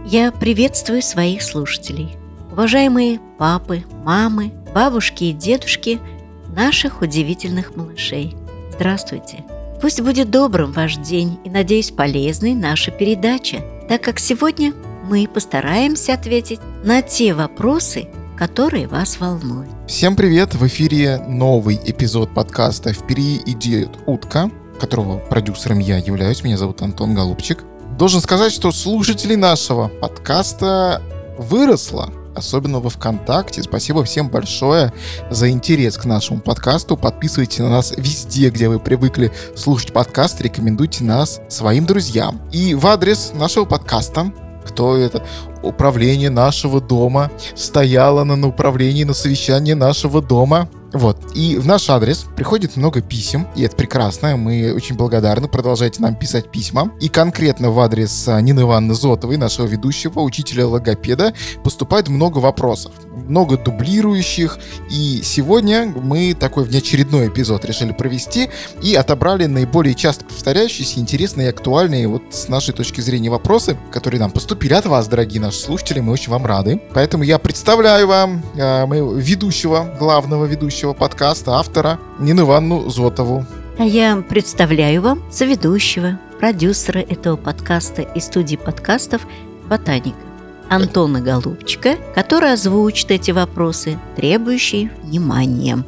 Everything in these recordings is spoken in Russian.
Я приветствую своих слушателей, уважаемые папы, мамы, бабушки и дедушки наших удивительных малышей. Здравствуйте! Пусть будет добрым ваш день и, надеюсь, полезной наша передача, так как сегодня мы постараемся ответить на те вопросы, которые вас волнуют. Всем привет! В эфире новый эпизод подкаста «Впереди идет утка», которого продюсером я являюсь. Меня зовут Антон Голубчик. Должен сказать, что слушателей нашего подкаста выросло, особенно во ВКонтакте. Спасибо всем большое за интерес к нашему подкасту. Подписывайтесь на нас везде, где вы привыкли слушать подкаст. Рекомендуйте нас своим друзьям. И в адрес нашего подкаста, кто это, управление нашего дома, стояло на управлении, на совещании нашего дома. Вот. И в наш адрес приходит много писем, и это прекрасно, мы очень благодарны, продолжайте нам писать письма. И конкретно в адрес Нины Ивановны Зотовой, нашего ведущего, учителя-логопеда, поступает много вопросов, много дублирующих, и сегодня мы такой внеочередной эпизод решили провести и отобрали наиболее часто повторяющиеся, интересные и актуальные вот с нашей точки зрения вопросы, которые нам поступили от вас, дорогие наши слушатели, мы очень вам рады. Поэтому я представляю вам моего ведущего, главного ведущего подкаста, автора Нину Ивановну Зотову. А я представляю вам соведущего, продюсера этого подкаста и студии подкастов «Ботаника» Антона Голубчика, который озвучит эти вопросы, требующие внимания.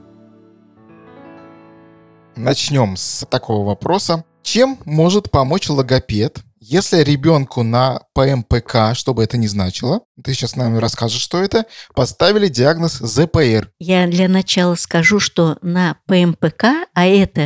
Начнем с такого вопроса. Чем может помочь логопед, если ребенку на ПМПК, что бы это ни значило, ты сейчас нам расскажешь, что это, поставили диагноз ЗПР? Я для начала скажу, что на ПМПК, а это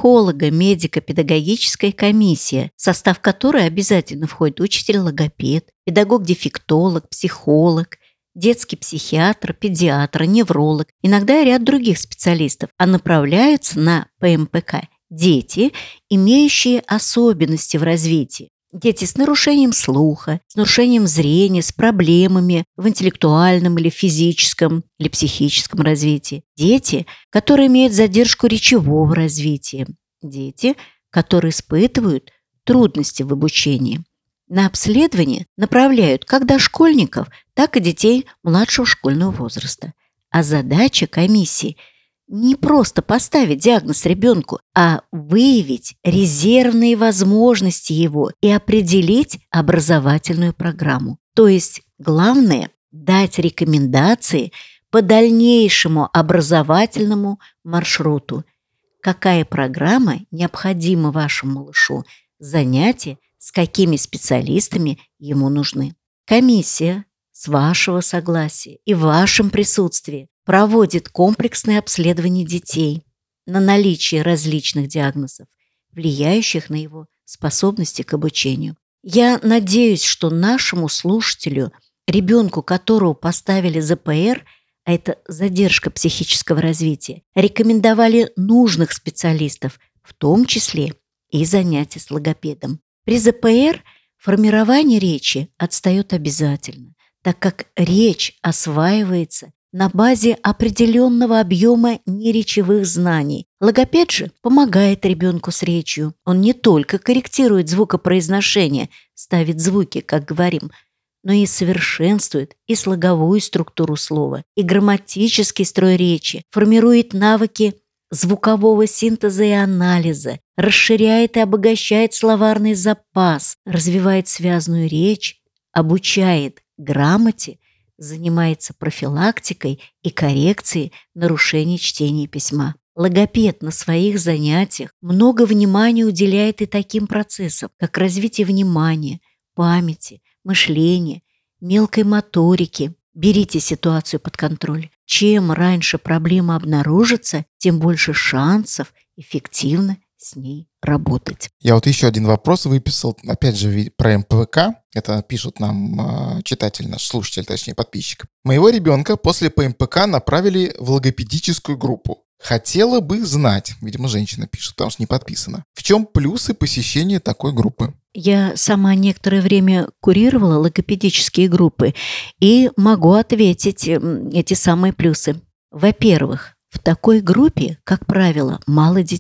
психолого-медико-педагогическая комиссия, в состав которой обязательно входит учитель-логопед, педагог-дефектолог, психолог, детский психиатр, педиатр, невролог, иногда и ряд других специалистов, а направляются на ПМПК дети, имеющие особенности в развитии. Дети с нарушением слуха, с нарушением зрения, с проблемами в интеллектуальном или физическом или психическом развитии. Дети, которые имеют задержку речевого развития. Дети, которые испытывают трудности в обучении. На обследование направляют как дошкольников, так и детей младшего школьного возраста. А задача комиссии – не просто поставить диагноз ребенку, а выявить резервные возможности его и определить образовательную программу. То есть главное – дать рекомендации по дальнейшему образовательному маршруту. Какая программа необходима вашему малышу, занятия, с какими специалистами ему нужны. Комиссия с вашего согласия и в вашем присутствии проводит комплексное обследование детей на наличие различных диагнозов, влияющих на его способности к обучению. Я надеюсь, что нашему слушателю, ребенку которого поставили ЗПР, а это задержка психического развития, рекомендовали нужных специалистов, в том числе и занятия с логопедом. При ЗПР формирование речи отстает обязательно, так как речь осваивается на базе определенного объема неречевых знаний. Логопед же помогает ребенку с речью. Он не только корректирует звукопроизношение, ставит звуки, как говорим, но и совершенствует и слоговую структуру слова, и грамматический строй речи, формирует навыки звукового синтеза и анализа, расширяет и обогащает словарный запас, развивает связную речь, обучает грамоте, занимается профилактикой и коррекцией нарушений чтения и письма. Логопед на своих занятиях много внимания уделяет и таким процессам, как развитие внимания, памяти, мышления, мелкой моторики. Берите ситуацию под контроль. Чем раньше проблема обнаружится, тем больше шансов эффективно с ней работать. Я вот еще один вопрос выписал, опять же, про МПК. Это пишут нам читатель, наш слушатель, точнее подписчик. Моего ребенка после ПМПК направили в логопедическую группу. Хотела бы знать, видимо, женщина пишет, потому что не подписана, в чем плюсы посещения такой группы? Я сама некоторое время курировала логопедические группы и могу ответить эти самые плюсы. Во-первых, в такой группе, как правило, мало детей.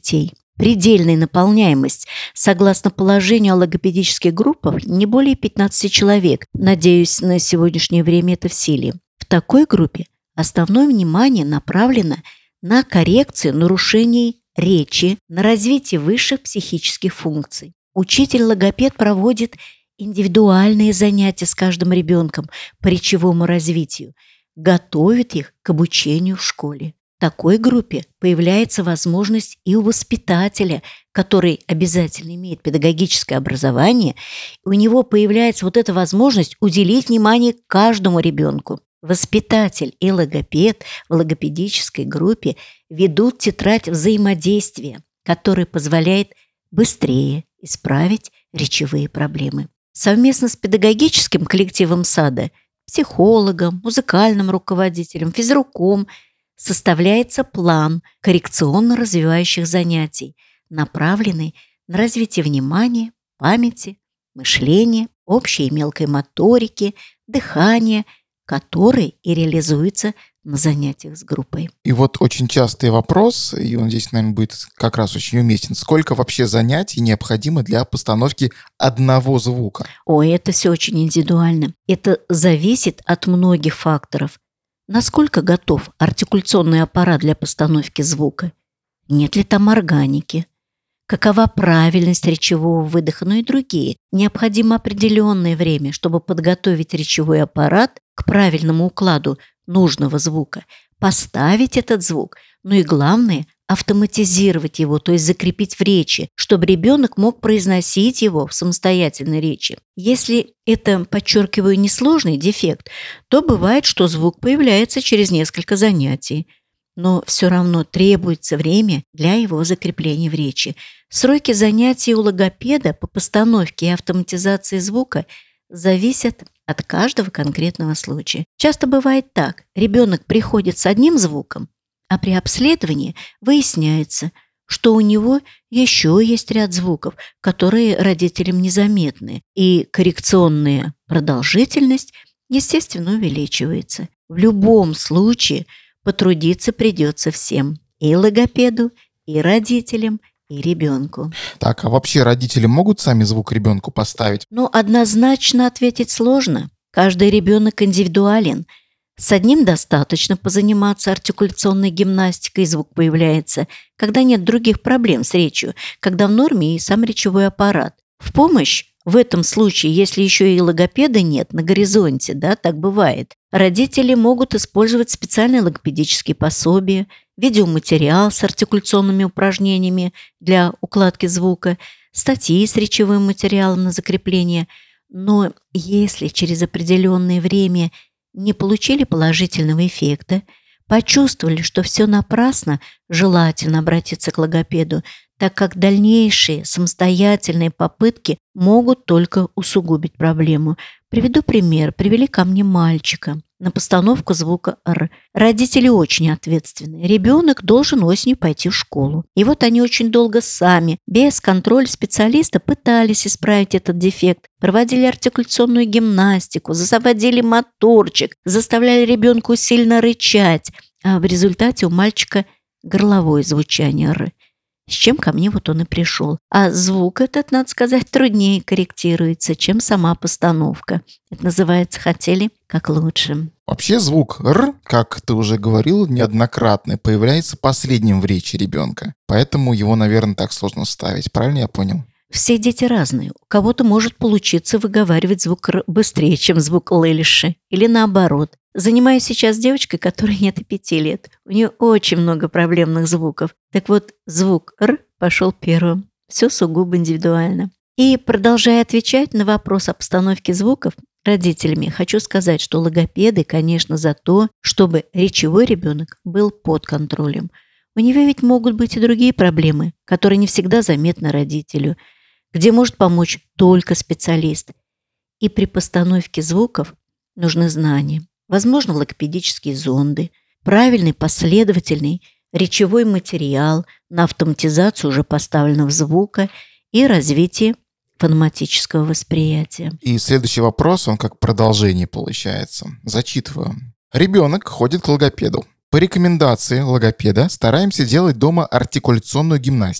Предельная наполняемость, согласно положению о логопедических группах, не более 15 человек. Надеюсь, на сегодняшнее время это в силе. В такой группе основное внимание направлено на коррекцию нарушений речи, на развитие высших психических функций. Учитель-логопед проводит индивидуальные занятия с каждым ребенком по речевому развитию, готовит их к обучению в школе. В такой группе появляется возможность и у воспитателя, который обязательно имеет педагогическое образование, и у него появляется вот эта возможность уделить внимание каждому ребенку. Воспитатель и логопед в логопедической группе ведут тетрадь взаимодействия, которая позволяет быстрее исправить речевые проблемы. Совместно с педагогическим коллективом сада, психологом, музыкальным руководителем, физруком составляется план коррекционно-развивающих занятий, направленный на развитие внимания, памяти, мышления, общей и мелкой моторики, дыхания, который и реализуется на занятиях с группой. И вот очень частый вопрос, и он здесь, наверное, будет как раз очень уместен. Сколько вообще занятий необходимо для постановки одного звука? Это все очень индивидуально. Это зависит от многих факторов. Насколько готов артикуляционный аппарат для постановки звука? Нет ли там органики? Какова правильность речевого выдоха, и другие. Необходимо определенное время, чтобы подготовить речевой аппарат к правильному укладу нужного звука, поставить этот звук, и главное – автоматизировать его, то есть закрепить в речи, чтобы ребенок мог произносить его в самостоятельной речи. Если это, подчеркиваю, несложный дефект, то бывает, что звук появляется через несколько занятий, но все равно требуется время для его закрепления в речи. Сроки занятий у логопеда по постановке и автоматизации звука зависят от каждого конкретного случая. Часто бывает так: ребенок приходит с одним звуком, а при обследовании выясняется, что у него еще есть ряд звуков, которые родителям незаметны, и коррекционная продолжительность, естественно, увеличивается. В любом случае потрудиться придется всем: и логопеду, и родителям, и ребенку. Так, а вообще родители могут сами звук ребенку поставить? Однозначно ответить сложно. Каждый ребенок индивидуален. С одним достаточно позаниматься артикуляционной гимнастикой, звук появляется, когда нет других проблем с речью, когда в норме и сам речевой аппарат. В помощь в этом случае, если еще и логопеда нет на горизонте, так бывает, родители могут использовать специальные логопедические пособия, видеоматериал с артикуляционными упражнениями для укладки звука, статьи с речевым материалом на закрепление. Но если через определенное время не получили положительного эффекта, почувствовали, что все напрасно, желательно обратиться к логопеду, так как дальнейшие самостоятельные попытки могут только усугубить проблему. Приведу пример. Привели ко мне мальчика на постановку звука «р». Родители очень ответственные. Ребенок должен осенью пойти в школу. И вот они очень долго сами, без контроля специалиста, пытались исправить этот дефект. Проводили артикуляционную гимнастику, заводили моторчик, заставляли ребенку сильно рычать. А в результате у мальчика горловое звучание «р». С чем ко мне он и пришел. А звук этот, надо сказать, труднее корректируется, чем сама постановка. Это называется «хотели как лучше». Вообще звук «р», как ты уже говорил неоднократно, появляется последним в речи ребенка. Поэтому его, наверное, так сложно ставить. Правильно я понял? Все дети разные. У кого-то может получиться выговаривать звук «р» быстрее, чем звук «лэлиши», или наоборот. Занимаюсь сейчас девочкой, которой нет и 5 лет. У нее очень много проблемных звуков. Так вот, звук «р» пошел первым. Все сугубо индивидуально. И продолжая отвечать на вопрос о постановке звуков родителями, хочу сказать, что логопеды, конечно, за то, чтобы речевой ребенок был под контролем. У него ведь могут быть и другие проблемы, которые не всегда заметны родителю, где может помочь только специалист. И при постановке звуков нужны знания. Возможно, логопедические зонды, правильный последовательный речевой материал на автоматизацию уже поставленного звука и развитие фонематического восприятия. И следующий вопрос, он как продолжение получается. Зачитываю. Ребенок ходит к логопеду. По рекомендации логопеда стараемся делать дома артикуляционную гимнастику.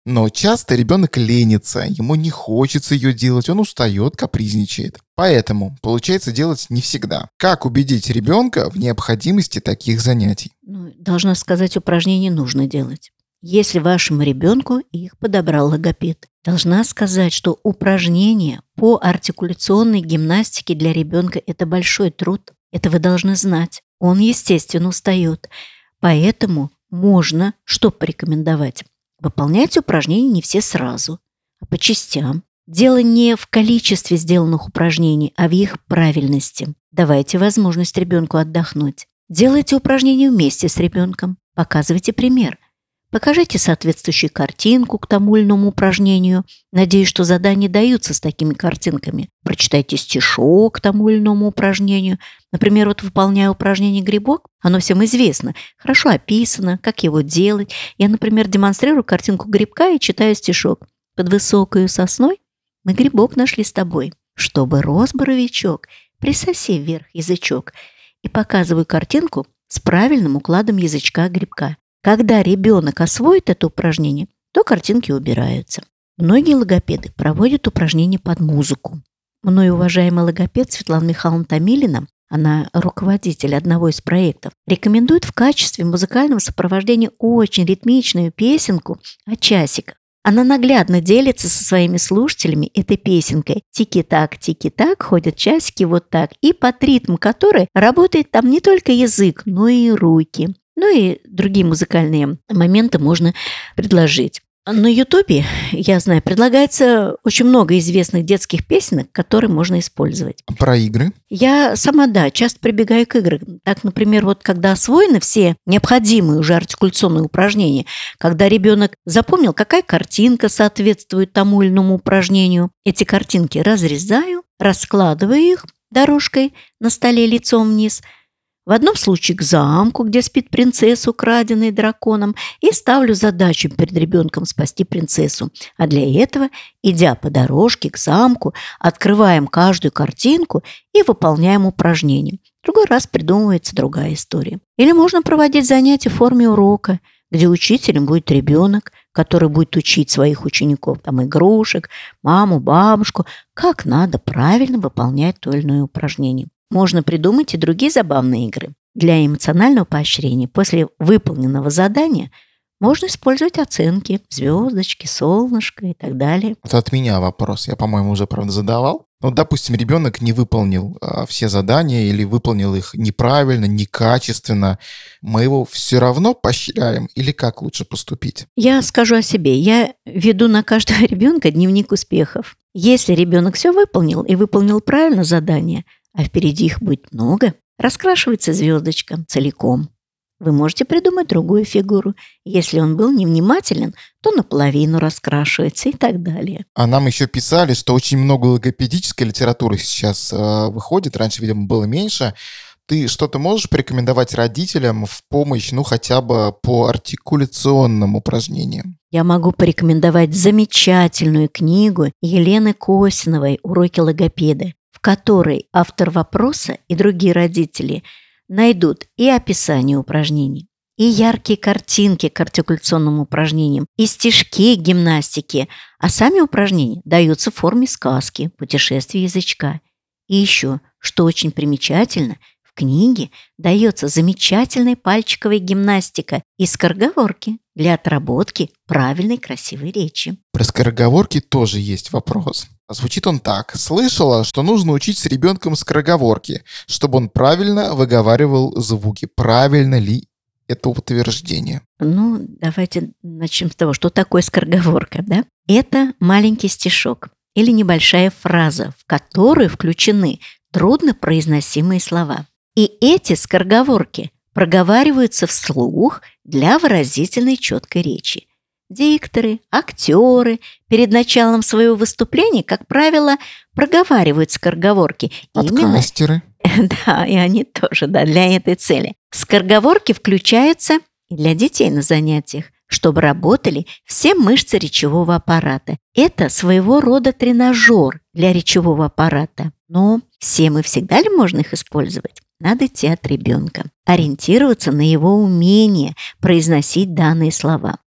Но часто ребенок ленится, ему не хочется ее делать, он устает, капризничает. Поэтому получается делать не всегда. Как убедить ребенка в необходимости таких занятий? Должна сказать, упражнения нужно делать. Если вашему ребенку их подобрал логопед. Должна сказать, что упражнения по артикуляционной гимнастике для ребенка – это большой труд. Это вы должны знать. Он, естественно, устает. Поэтому можно что порекомендовать? Выполняйте упражнения не все сразу, а по частям. Дело не в количестве сделанных упражнений, а в их правильности. Давайте возможность ребенку отдохнуть. Делайте упражнения вместе с ребенком. Показывайте пример. Покажите соответствующую картинку к тому или иному упражнению. Надеюсь, что задания даются с такими картинками. Прочитайте стишок к тому или иному упражнению. Например, выполняя упражнение «Грибок», оно всем известно, хорошо описано, как его делать. Я, например, демонстрирую картинку грибка и читаю стишок. Под высокою сосной мы грибок нашли с тобой. Чтобы рос боровичок, присоси вверх язычок. И показываю картинку с правильным укладом язычка грибка. Когда ребенок освоит это упражнение, то картинки убираются. Многие логопеды проводят упражнения под музыку. Мною уважаемый логопед Светлана Михайловна Томилина, она руководитель одного из проектов, рекомендует в качестве музыкального сопровождения очень ритмичную песенку о часиках. Она наглядно делится со своими слушателями этой песенкой. Тики-так, ходят часики вот так. И под ритм которой работает там не только язык, но и руки. И другие музыкальные моменты можно предложить. На Ютубе, я знаю, предлагается очень много известных детских песенок, которые можно использовать. Про игры? Я сама, часто прибегаю к играм. Так, например, когда освоены все необходимые уже артикуляционные упражнения, когда ребенок запомнил, какая картинка соответствует тому или иному упражнению, эти картинки разрезаю, раскладываю их дорожкой на столе лицом вниз. В одном случае к замку, где спит принцесса, украденная драконом, и ставлю задачу перед ребенком спасти принцессу. А для этого, идя по дорожке к замку, открываем каждую картинку и выполняем упражнение. В другой раз придумывается другая история. Или можно проводить занятия в форме урока, где учителем будет ребенок, который будет учить своих учеников, игрушек, маму, бабушку, как надо правильно выполнять то или иное упражнение. Можно придумать и другие забавные игры. Для эмоционального поощрения после выполненного задания можно использовать оценки, звездочки, солнышко и так далее. От меня вопрос. Я, по-моему, уже, правда, задавал. Допустим, ребенок не выполнил все задания или выполнил их неправильно, некачественно. Мы его все равно поощряем или как лучше поступить? Я скажу о себе. Я веду на каждого ребенка дневник успехов. Если ребенок все выполнил и выполнил правильно задание, а впереди их будет много, раскрашивается звездочка целиком. Вы можете придумать другую фигуру. Если он был невнимателен, то наполовину раскрашивается и так далее. А нам еще писали, что очень много логопедической литературы сейчас выходит. Раньше, видимо, было меньше. Ты что-то можешь порекомендовать родителям в помощь, хотя бы по артикуляционным упражнениям? Я могу порекомендовать замечательную книгу Елены Косиновой «Уроки логопеда», в которой автор вопроса и другие родители найдут и описание упражнений, и яркие картинки к артикуляционным упражнениям, и стишки к гимнастике, а сами упражнения даются в форме сказки, путешествия язычка. И еще, что очень примечательно, в книге дается замечательная пальчиковая гимнастика и скороговорки для отработки правильной красивой речи. Про скороговорки тоже есть вопрос. Звучит он так. Слышала, что нужно учить с ребенком скороговорки, чтобы он правильно выговаривал звуки. Правильно ли это утверждение? Давайте начнем с того, что такое скороговорка, да? Это маленький стишок или небольшая фраза, в которую включены труднопроизносимые слова. И эти скороговорки проговариваются вслух для выразительной четкой речи. Дикторы, актеры перед началом своего выступления, как правило, проговаривают скороговорки. Подкастеры. Да, и они тоже, для этой цели. Скороговорки включаются и для детей на занятиях, чтобы работали все мышцы речевого аппарата. Это своего рода тренажер для речевого аппарата. Но всем и всегда ли можно их использовать? Надо идти от ребенка, ориентироваться на его умение произносить данные слова.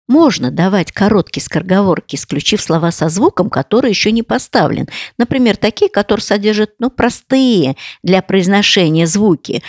Можно давать короткие скороговорки, исключив слова со звуком, который еще не поставлен. Например, такие, которые содержат простые для произношения звуки.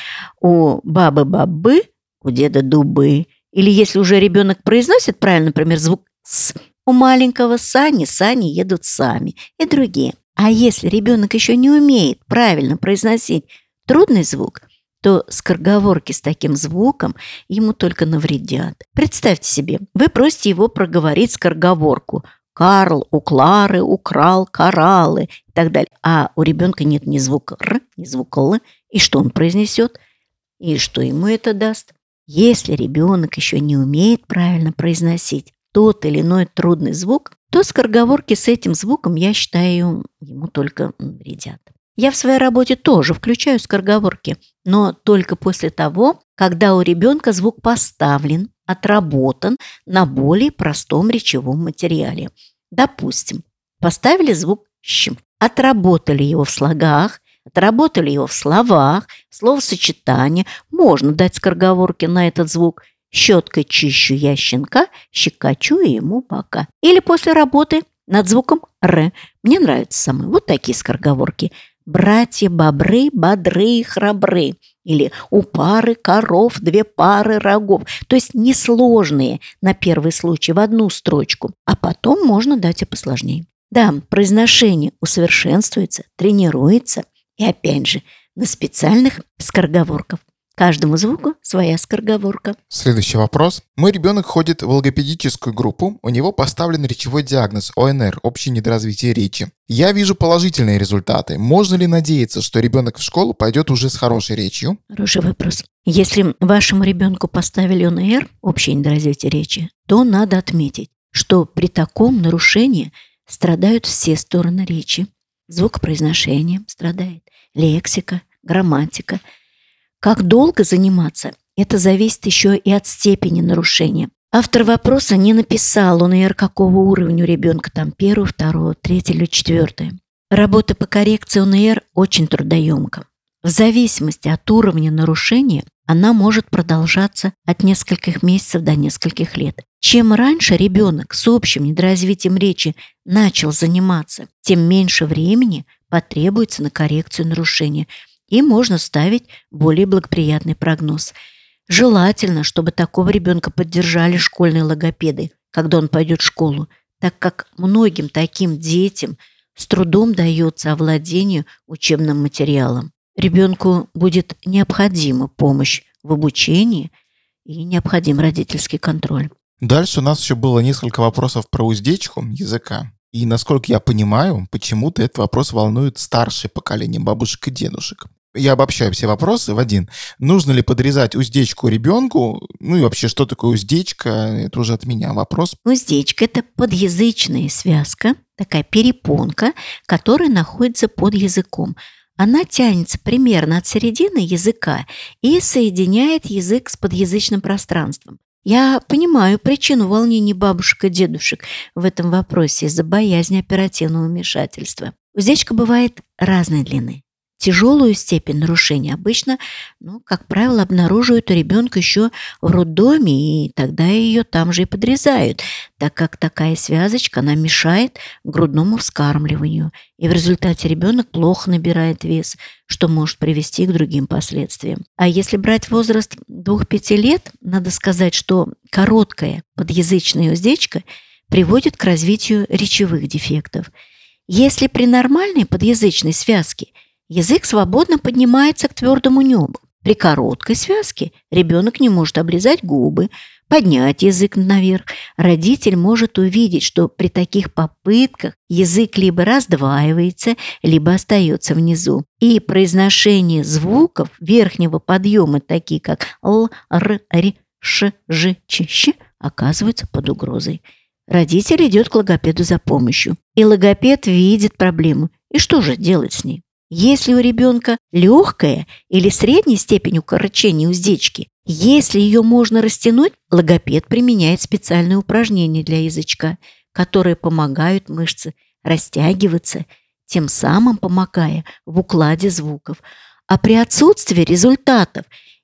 У бабы бабы, у деда дубы. Или если уже ребенок произносит правильно, например, звук «с», у маленького сани едут сами и другие. А если ребенок еще не умеет правильно произносить трудный звук, то скороговорки с таким звуком ему только навредят. Представьте себе, вы просите его проговорить скороговорку «Карл у Клары украл кораллы» и так далее. А у ребенка нет ни звука «р», ни звука «л». И что он произнесет? И что ему это даст? Если ребенок еще не умеет правильно произносить тот или иной трудный звук, то скороговорки с этим звуком, я считаю, ему только вредят. Я в своей работе тоже включаю скороговорки, но только после того, когда у ребенка звук поставлен, отработан на более простом речевом материале. Допустим, поставили звук «щ», отработали его в слогах, отработали его в словах, словосочетание. Можно дать скороговорки на этот звук. Щеткой чищу я щенка, щекочу ему бока. Или после работы над звуком «р». Мне нравятся самые вот такие скороговорки. Братья бобры, бодры, храбры. Или у пары коров 2 пары рогов. То есть несложные на первый случай в одну строчку. А потом можно дать и посложнее. Да, произношение усовершенствуется, тренируется. И опять же, на специальных скороговорках. Каждому звуку своя скороговорка. Следующий вопрос. Мой ребенок ходит в логопедическую группу, у него поставлен речевой диагноз ОНР, общее недоразвитие речи. Я вижу положительные результаты. Можно ли надеяться, что ребенок в школу пойдет уже с хорошей речью? Хороший вопрос. Если вашему ребенку поставили ОНР, общее недоразвитие речи, то надо отметить, что при таком нарушении страдают все стороны речи. Звукопроизношение страдает, лексика, грамматика. Как долго заниматься, это зависит еще и от степени нарушения. Автор вопроса не написал ОНР какого уровня у ребенка, там 1, 2, 3 или 4. Работа по коррекции ОНР очень трудоемка. В зависимости от уровня нарушения она может продолжаться от нескольких месяцев до нескольких лет. Чем раньше ребенок с общим недоразвитием речи начал заниматься, тем меньше времени потребуется на коррекцию нарушения. И можно ставить более благоприятный прогноз. Желательно, чтобы такого ребенка поддержали школьные логопеды, когда он пойдет в школу, так как многим таким детям с трудом дается овладение учебным материалом. Ребенку будет необходима помощь в обучении и необходим родительский контроль. Дальше у нас еще было несколько вопросов про уздечку языка. И, насколько я понимаю, почему-то этот вопрос волнует старшее поколение бабушек и дедушек. Я обобщаю все вопросы в один. Нужно ли подрезать уздечку ребенку? Ну и вообще, что такое уздечка? Это уже от меня вопрос. Уздечка – это подъязычная связка, такая перепонка, которая находится под языком. Она тянется примерно от середины языка и соединяет язык с подъязычным пространством. Я понимаю причину волнений бабушек и дедушек в этом вопросе из-за боязни оперативного вмешательства. Уздечка бывает разной длины. Тяжелую степень нарушения обычно, как правило, обнаруживают у ребенка еще в роддоме, и тогда ее там же и подрезают, так как такая связочка, она мешает грудному вскармливанию, и в результате ребенок плохо набирает вес, что может привести к другим последствиям. А если брать возраст 2-5 лет, надо сказать, что короткая подъязычная уздечка приводит к развитию речевых дефектов. Если при нормальной подъязычной связке язык свободно поднимается к твердому небу. При короткой связке ребенок не может облизать губы, поднять язык наверх. Родитель может увидеть, что при таких попытках язык либо раздваивается, либо остается внизу. И произношение звуков верхнего подъема, такие как Л, Р, Р, Ш, Ж, Ч, Щ, оказываются под угрозой. Родитель идет к логопеду за помощью. И логопед видит проблему. И что же делать с ней? Если у ребенка легкая или средней степень укорочения уздечки, если ее можно растянуть, логопед применяет специальные упражнения для язычка, которые помогают мышце растягиваться, тем самым помогая в укладе звуков. А при отсутствии результатов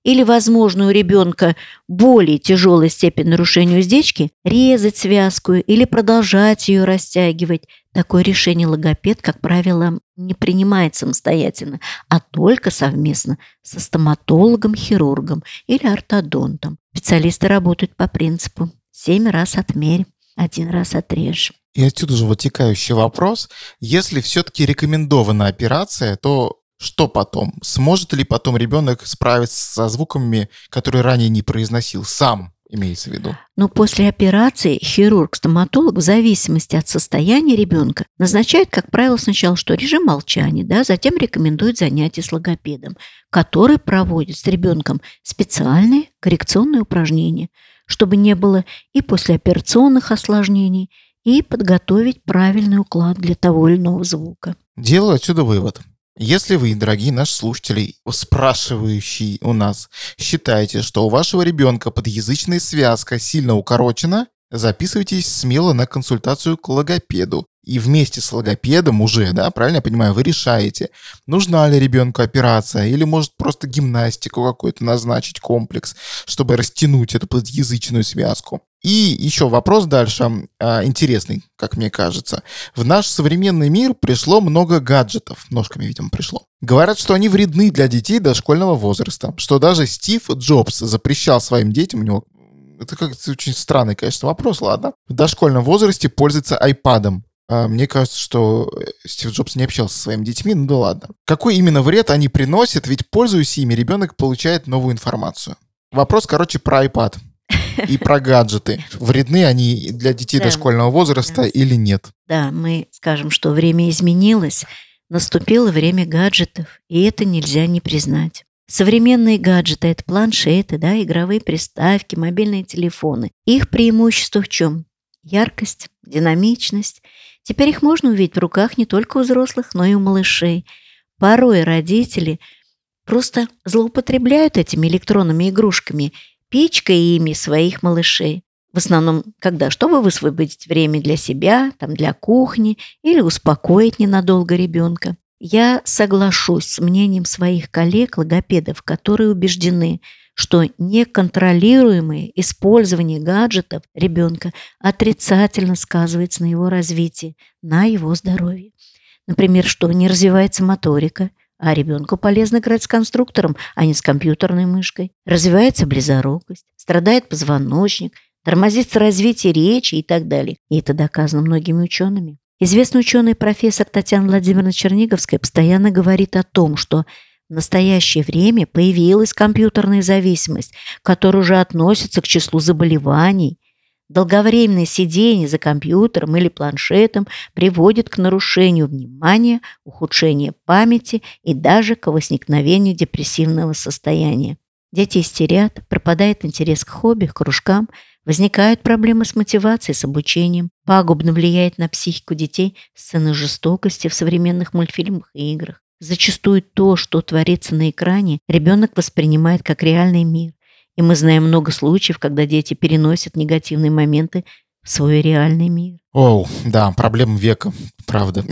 или возможную у ребенка более тяжелая степень нарушения уздечки, резать связку или продолжать ее растягивать. Такое решение логопед, как правило, не принимает самостоятельно, а только совместно со стоматологом-хирургом или ортодонтом. Специалисты работают по принципу 7 раз отмерь, 1 раз отрежь. И отсюда же вытекающий вопрос. Если все-таки рекомендована операция, то что потом? Сможет ли потом ребенок справиться со звуками, которые ранее не произносил сам, имеется в виду? Но после операции хирург-стоматолог в зависимости от состояния ребенка назначает, как правило, сначала что режим молчания, затем рекомендует занятия с логопедом, который проводит с ребенком специальные коррекционные упражнения, чтобы не было и послеоперационных осложнений, и подготовить правильный уклад для того или иного звука. Делаю отсюда вывод. Если вы, дорогие наши слушатели, спрашивающие у нас, считаете, что у вашего ребенка подъязычная связка сильно укорочена, записывайтесь смело на консультацию к логопеду. И вместе с логопедом уже, правильно я понимаю, вы решаете, нужна ли ребенку операция или может просто гимнастику какой-то назначить, комплекс, чтобы растянуть эту подъязычную связку. И еще вопрос дальше, интересный, как мне кажется. В наш современный мир пришло много гаджетов, ножками, видимо, пришло. Говорят, что они вредны для детей дошкольного возраста, что даже Стив Джобс запрещал своим детям, у него, это как-то очень странный, конечно, вопрос, ладно, в дошкольном возрасте пользоваться айпадом. Мне кажется, что Стив Джобс не общался со своими детьми, ну да ладно. Какой именно вред они приносят, ведь пользуясь ими, ребенок получает новую информацию. Вопрос, про iPad и про гаджеты. Вредны они для детей дошкольного возраста или нет? Да, мы скажем, что время изменилось, наступило время гаджетов, и это нельзя не признать. Современные гаджеты – это планшеты, игровые приставки, мобильные телефоны. Их преимущество в чем? Яркость, динамичность. Теперь их можно увидеть в руках не только у взрослых, но и у малышей. Порой родители просто злоупотребляют этими электронными игрушками, пичкая ими своих малышей. В основном, когда? Чтобы высвободить время для себя, для кухни или успокоить ненадолго ребенка. Я соглашусь с мнением своих коллег-логопедов, которые убеждены, что неконтролируемое использование гаджетов ребенка отрицательно сказывается на его развитии, на его здоровье. Например, что не развивается моторика, а ребенку полезно играть с конструктором, а не с компьютерной мышкой. Развивается близорукость, страдает позвоночник, тормозится развитие речи и так далее. И это доказано многими учеными. Известный ученый профессор Татьяна Владимировна Черниговская постоянно говорит о том, что в настоящее время появилась компьютерная зависимость, которая уже относится к числу заболеваний. Долговременное сидение за компьютером или планшетом приводит к нарушению внимания, ухудшению памяти и даже к возникновению депрессивного состояния. Дети истерят, пропадает интерес к хобби, к кружкам, возникают проблемы с мотивацией, с обучением. Пагубно влияет на психику детей сцены жестокости в современных мультфильмах и играх. Зачастую то, что творится на экране, ребенок воспринимает как реальный мир. И мы знаем много случаев, когда дети переносят негативные моменты в свой реальный мир. Да, проблема века, правда.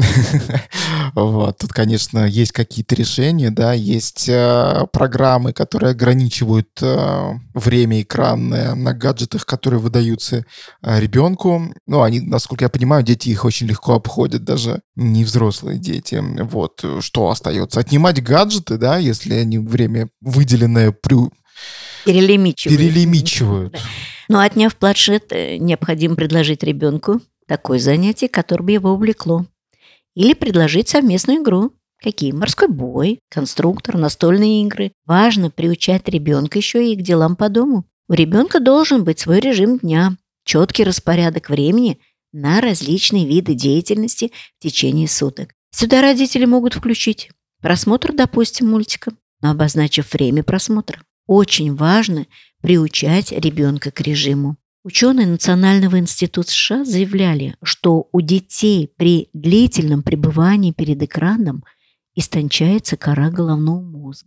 Тут, конечно, есть какие-то решения, есть программы, которые ограничивают время экранное на гаджетах, которые выдаются ребенку. Они, насколько я понимаю, дети их очень легко обходят, даже не взрослые дети. Что остается? Отнимать гаджеты, если они время выделенное перелимичивают. Но отняв планшет, необходимо предложить ребенку такое занятие, которое бы его увлекло. Или предложить совместную игру. Какие? Морской бой, конструктор, настольные игры. Важно приучать ребенка еще и к делам по дому. У ребенка должен быть свой режим дня, четкий распорядок времени на различные виды деятельности в течение суток. Сюда родители могут включить просмотр, допустим, мультика, но обозначив время просмотра. Очень важно приучать ребенка к режиму. Ученые Национального института США заявляли, что у детей при длительном пребывании перед экраном истончается кора головного мозга,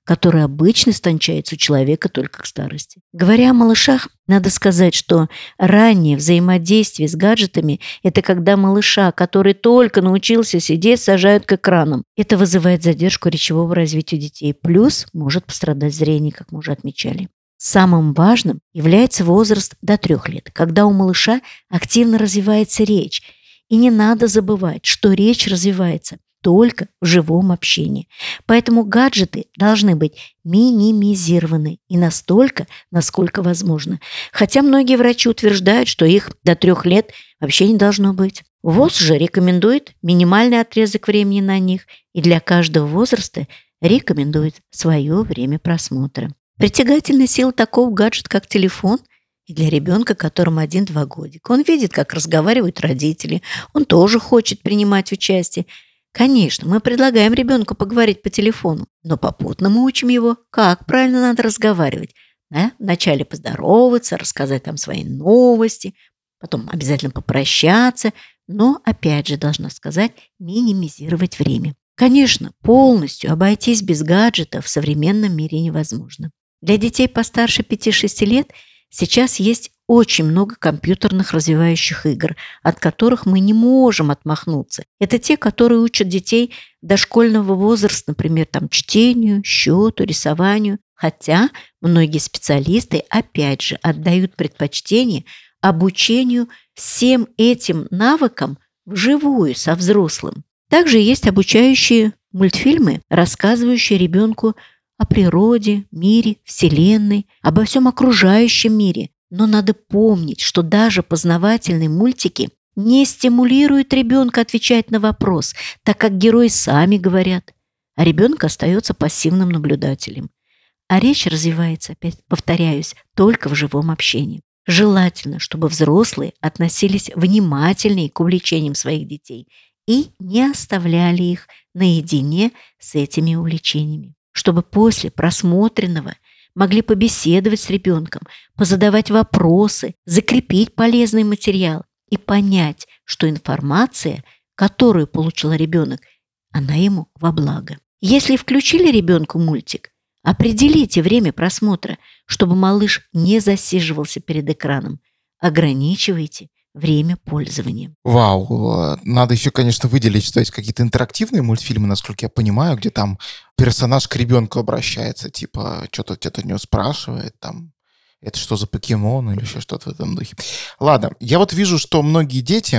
который обычно истончается у человека только к старости. Говоря о малышах, надо сказать, что раннее взаимодействие с гаджетами – это когда малыша, который только научился сидеть, сажают к экранам. Это вызывает задержку речевого развития детей. Плюс может пострадать зрение, как мы уже отмечали. Самым важным является возраст до 3 лет, когда у малыша активно развивается речь. И не надо забывать, что речь развивается только в живом общении. Поэтому гаджеты должны быть минимизированы и настолько, насколько возможно. Хотя многие врачи утверждают, что их до 3 лет вообще не должно быть. ВОЗ же рекомендует минимальный отрезок времени на них, и для каждого возраста рекомендует свое время просмотра. Притягательная сила такого гаджета, как телефон, и для ребенка, которому 1-2 годика. Он видит, как разговаривают родители, он тоже хочет принимать участие. Конечно, мы предлагаем ребенку поговорить по телефону, но попутно мы учим его, как правильно надо разговаривать. Да? Вначале поздороваться, рассказать там свои новости, потом обязательно попрощаться, но, опять же, должна сказать, минимизировать время. Конечно, полностью обойтись без гаджетов в современном мире невозможно. Для детей постарше 5-6 лет сейчас есть очень много компьютерных развивающих игр, от которых мы не можем отмахнуться. Это те, которые учат детей дошкольного возраста, например, чтению, счету, рисованию. Хотя многие специалисты, опять же, отдают предпочтение обучению всем этим навыкам вживую со взрослым. Также есть обучающие мультфильмы, рассказывающие ребенку о природе, мире, вселенной, обо всем окружающем мире. Но надо помнить, что даже познавательные мультики не стимулируют ребенка отвечать на вопрос, так как герои сами говорят, а ребенок остается пассивным наблюдателем. А речь развивается, опять повторяюсь, только в живом общении. Желательно, чтобы взрослые относились внимательнее к увлечениям своих детей и не оставляли их наедине с этими увлечениями. Чтобы после просмотренного могли побеседовать с ребенком, позадавать вопросы, закрепить полезный материал и понять, что информация, которую получил ребенок, она ему во благо. Если включили ребенку мультик, определите время просмотра, чтобы малыш не засиживался перед экраном. Ограничивайте время пользования. Вау, надо еще, конечно, выделить, что есть какие-то интерактивные мультфильмы, насколько я понимаю, где там персонаж к ребенку обращается, типа, что-то у него спрашивает, там, это что за покемон или еще что-то в этом духе. Ладно, я вот вижу, что многие дети,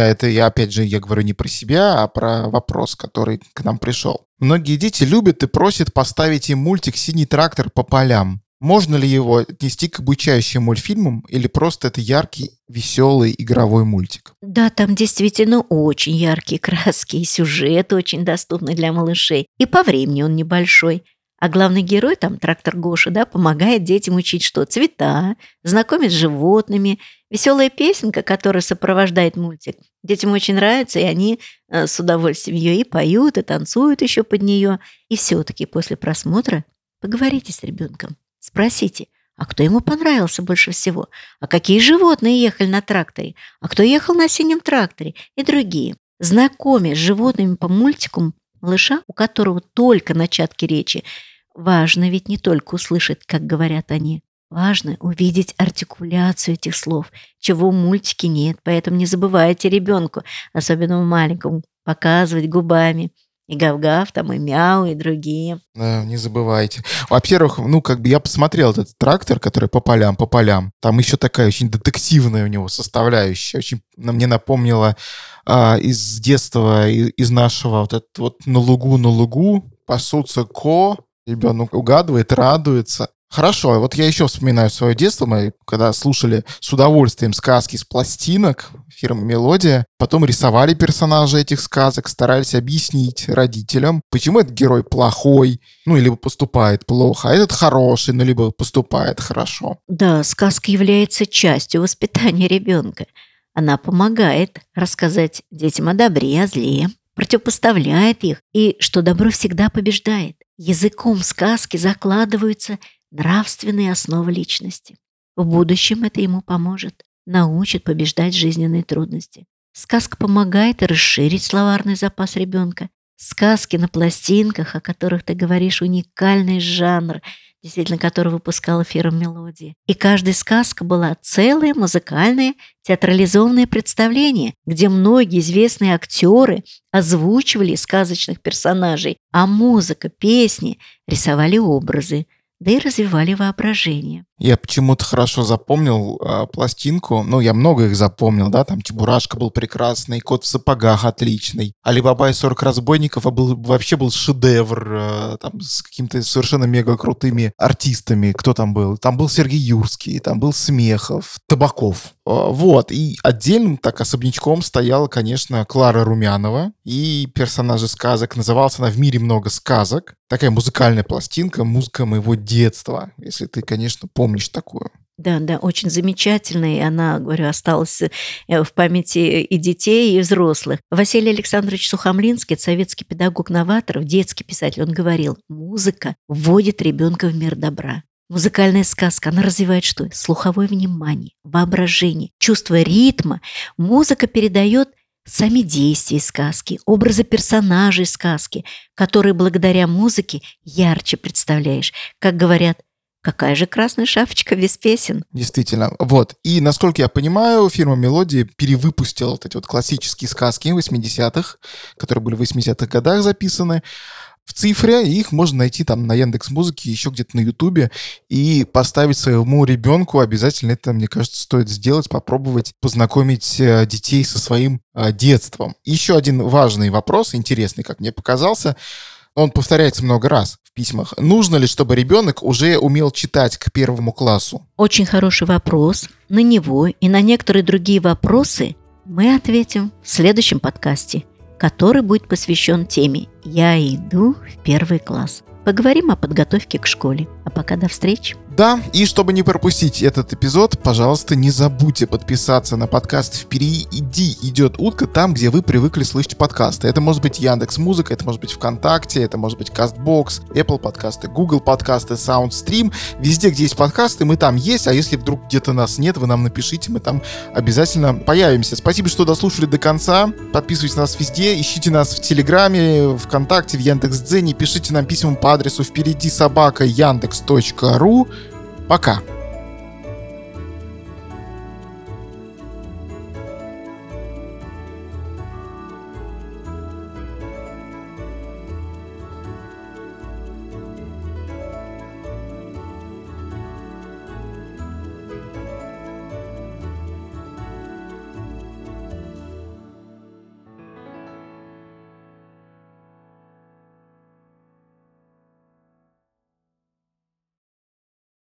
я опять же, я говорю не про себя, а про вопрос, который к нам пришел. Многие дети любят и просят поставить им мультик «Синий трактор по полям». Можно ли его отнести к обучающим мультфильмам или просто это яркий, веселый игровой мультик? Да, там действительно очень яркие краски, и сюжет очень доступный для малышей, и по времени он небольшой. А главный герой, трактор Гоша, помогает детям учить что? Цвета, знакомит с животными. Веселая песенка, которая сопровождает мультик, детям очень нравится, и они с удовольствием ее и поют, и танцуют еще под нее. И все-таки после просмотра поговорите с ребенком. Спросите, а кто ему понравился больше всего? А какие животные ехали на тракторе? А кто ехал на синем тракторе? И другие. Знакомясь с животными по мультику малыша, у которого только начатки речи, важно ведь не только услышать, как говорят они. Важно увидеть артикуляцию этих слов, чего в мультике нет. Поэтому не забывайте ребенку, особенно маленькому, показывать губами. И гав-гав, и мяу, и другие. Да, не забывайте. Во-первых, я посмотрел этот трактор, который по полям. Там еще такая очень детективная у него составляющая. Очень мне напомнила из детства, из нашего вот этот вот на лугу пасутся ребенок угадывает, радуется. Хорошо, вот я еще вспоминаю свое детство, мы когда слушали с удовольствием сказки с пластинок фирмы «Мелодия», потом рисовали персонажей этих сказок, старались объяснить родителям, почему этот герой плохой, либо поступает плохо, а этот хороший, либо поступает хорошо. Да, сказка является частью воспитания ребенка. Она помогает рассказать детям о добре, о зле, противопоставляет их, и что добро всегда побеждает. Языком сказки закладываются нравственные основы личности. В будущем это ему поможет, научит побеждать жизненные трудности. Сказка помогает расширить словарный запас ребенка. Сказки на пластинках, о которых ты говоришь, уникальный жанр, действительно, который выпускала фирма «Мелодия». И каждая сказка была целое музыкальное театрализованное представление, где многие известные актеры озвучивали сказочных персонажей, а музыка, песни рисовали образы, да и развивали воображение. Я почему-то хорошо запомнил пластинку. Ну, я много их запомнил, да, там Чебурашка был прекрасный, Кот в сапогах отличный, Али-Баба и 40 разбойников вообще был шедевр, там с какими-то совершенно мега крутыми артистами. Кто там был? Там был Сергей Юрский, там был Смехов, Табаков. Вот, и отдельным так особнячком стояла, конечно, Клара Румянова и персонажи сказок. Называлась она «В мире много сказок». Такая музыкальная пластинка, музыка моего детства, если ты, конечно, помнишь такую. Да, очень замечательная, и она, говорю, осталась в памяти и детей, и взрослых. Василий Александрович Сухомлинский, это советский педагог-новатор, детский писатель, он говорил: музыка вводит ребенка в мир добра. Музыкальная сказка, она развивает что? Слуховое внимание, воображение, чувство ритма. Музыка передает сами действия сказки, образы персонажей сказки, которые благодаря музыке ярче представляешь. Как говорят, какая же красная шапочка без песен. Действительно. Вот. И, насколько я понимаю, фирма «Мелодия» перевыпустила вот эти вот классические сказки 80-х, которые были в 80-х годах записаны, в цифре, и их можно найти там на Яндекс.Музыке, еще где-то на Ютубе, и поставить своему ребенку. Обязательно это, мне кажется, стоит сделать, попробовать познакомить детей со своим детством. Еще один важный вопрос, интересный, как мне показался, он повторяется много раз в письмах. Нужно ли, чтобы ребенок уже умел читать к 1 классу? Очень хороший вопрос. На него и на некоторые другие вопросы мы ответим в следующем подкасте, который будет посвящен теме «Я иду в 1 класс». Поговорим о подготовке к школе. А пока до встречи. Да, и чтобы не пропустить этот эпизод, пожалуйста, не забудьте подписаться на подкаст «Впереди идет утка», там, где вы привыкли слышать подкасты. Это может быть Яндекс.Музыка, это может быть ВКонтакте, это может быть Castbox, Apple подкасты, Google подкасты, SoundStream. Везде, где есть подкасты, мы там есть, а если вдруг где-то нас нет, вы нам напишите, мы там обязательно появимся. Спасибо, что дослушали до конца. Подписывайтесь на нас везде, ищите нас в Телеграме, ВКонтакте, в Яндекс.Дзене, пишите нам письма по адресу впереди@yandex.ru. Пока.